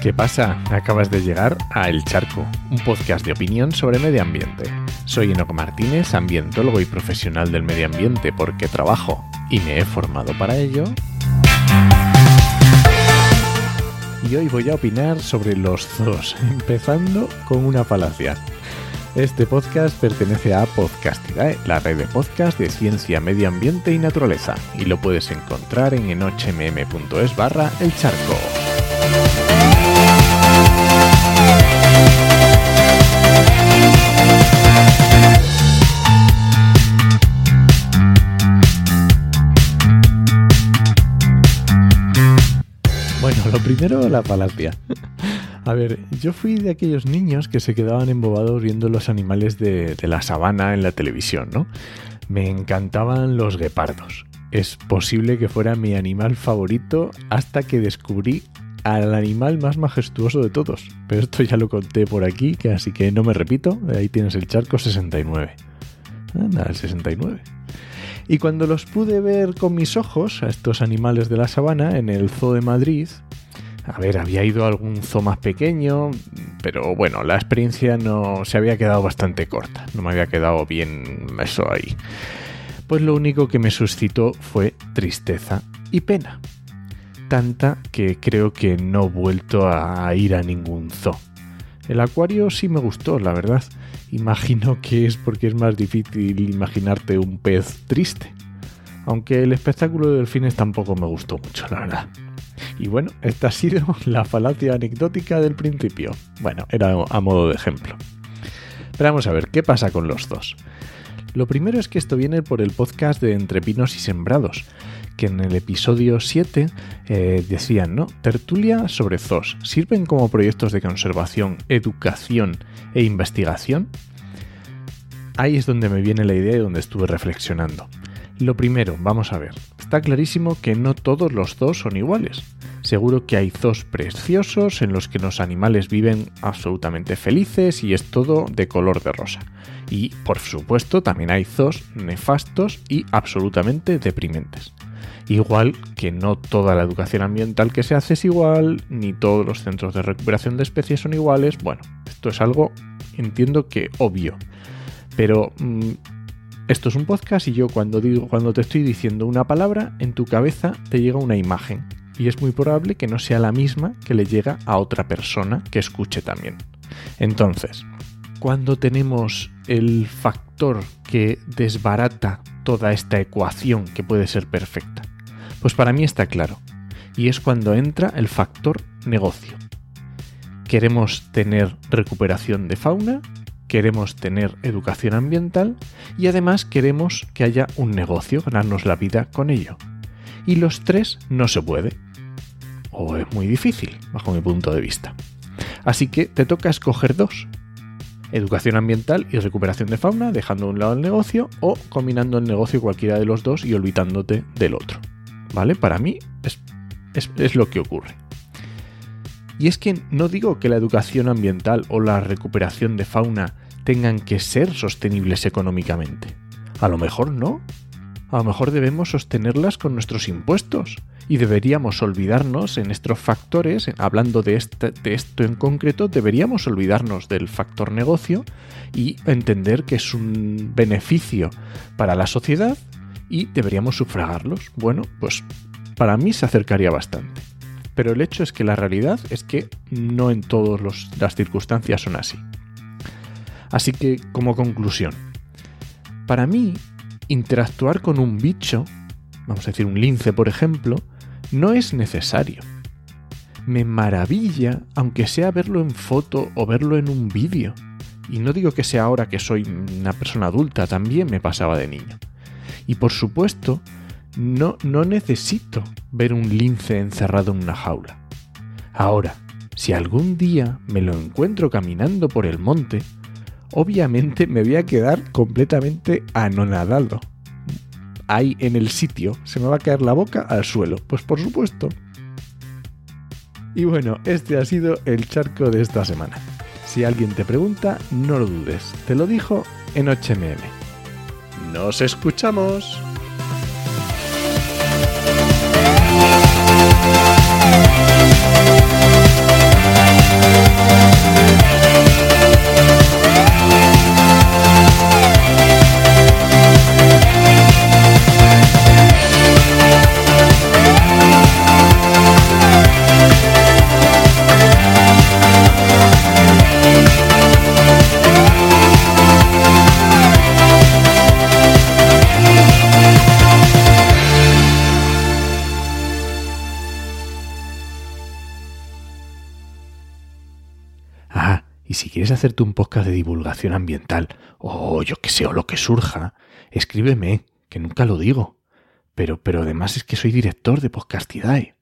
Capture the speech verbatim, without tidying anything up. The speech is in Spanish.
¿Qué pasa? Acabas de llegar a El Charco, un podcast de opinión sobre medio ambiente. Soy Enoc Martínez, ambientólogo y profesional del medio ambiente porque trabajo y me he formado para ello. Y hoy voy a opinar sobre los zoos, empezando con una falacia. Este podcast pertenece a Podcastidae, la red de podcast de ciencia, medio ambiente y naturaleza, y lo puedes encontrar en enochmm.es barra El Charco. Bueno, lo primero, la falacia. A ver, yo fui de aquellos niños que se quedaban embobados viendo los animales de, de la sabana en la televisión, ¿no? Me encantaban los guepardos. Es posible que fuera mi animal favorito hasta que descubrí al animal más majestuoso de todos. Pero esto ya lo conté por aquí, que así que no me repito. Ahí tienes el Charco sesenta y nueve. Anda, el sesenta y nueve. Y cuando los pude ver con mis ojos, a estos animales de la sabana, en el Zoo de Madrid, a ver, había ido a algún zoo más pequeño, pero bueno, la experiencia no se había quedado bastante corta, no me había quedado bien eso ahí. Pues lo único que me suscitó fue tristeza y pena, tanta que creo que no he vuelto a ir a ningún zoo. El acuario sí me gustó, la verdad. Imagino que es porque es más difícil imaginarte un pez triste. Aunque el espectáculo de delfines tampoco me gustó mucho, la verdad. Y bueno, esta ha sido la falacia anecdótica del principio. Bueno, era a modo de ejemplo. Pero vamos a ver, ¿qué pasa con los zoos? Lo primero es que esto viene por el podcast de Entre Pinos y Sembrados, que en el episodio siete eh, decían, ¿no? Tertulia sobre zoos. ¿Sirven como proyectos de conservación, educación e investigación? Ahí es donde me viene la idea y donde estuve reflexionando. Lo primero, vamos a ver. Está clarísimo que no todos los zoos son iguales. Seguro que hay zoos preciosos en los que los animales viven absolutamente felices y es todo de color de rosa. Y, por supuesto, también hay zoos nefastos y absolutamente deprimentes. Igual que no toda la educación ambiental que se hace es igual, ni todos los centros de recuperación de especies son iguales. Bueno, esto es algo, entiendo que obvio. Pero mmm, esto es un podcast y yo cuando digo, cuando te estoy diciendo una palabra, en tu cabeza te llega una imagen. Y es muy probable que no sea la misma que le llega a otra persona que escuche también. Entonces, cuando tenemos el factor que desbarata toda esta ecuación que puede ser perfecta, pues para mí está claro. Y es cuando entra el factor negocio. Queremos tener recuperación de fauna, queremos tener educación ambiental y además queremos que haya un negocio, ganarnos la vida con ello. Y los tres no se puede. O es muy difícil, bajo mi punto de vista. Así que te toca escoger dos. Educación ambiental y recuperación de fauna, dejando a un lado el negocio, o combinando el negocio cualquiera de los dos y olvidándote del otro. ¿Vale? Para mí es, es, es lo que ocurre. Y es que no digo que la educación ambiental o la recuperación de fauna tengan que ser sostenibles económicamente. A lo mejor no. A lo mejor debemos sostenerlas con nuestros impuestos y deberíamos olvidarnos en estos factores, hablando de, este, de esto en concreto, deberíamos olvidarnos del factor negocio y entender que es un beneficio para la sociedad y deberíamos sufragarlos. Bueno, pues para mí se acercaría bastante. Pero el hecho es que la realidad es que no en todas las circunstancias son así. Así que, como conclusión, para mí, interactuar con un bicho, vamos a decir un lince por ejemplo, no es necesario. Me maravilla, aunque sea verlo en foto o verlo en un vídeo. Y no digo que sea ahora que soy una persona adulta, también me pasaba de niño. Y por supuesto, no, no necesito ver un lince encerrado en una jaula. Ahora, si algún día me lo encuentro caminando por el monte, obviamente me voy a quedar completamente anonadado. Ahí en el sitio se me va a caer la boca al suelo, pues por supuesto. Y bueno, este ha sido el charco de esta semana. Si alguien te pregunta, no lo dudes, te lo dijo Enochmm. ¡Nos escuchamos! Y si quieres hacerte un podcast de divulgación ambiental, o yo que sé, o lo que surja, escríbeme, que nunca lo digo. Pero, pero además es que soy director de Podcastidae.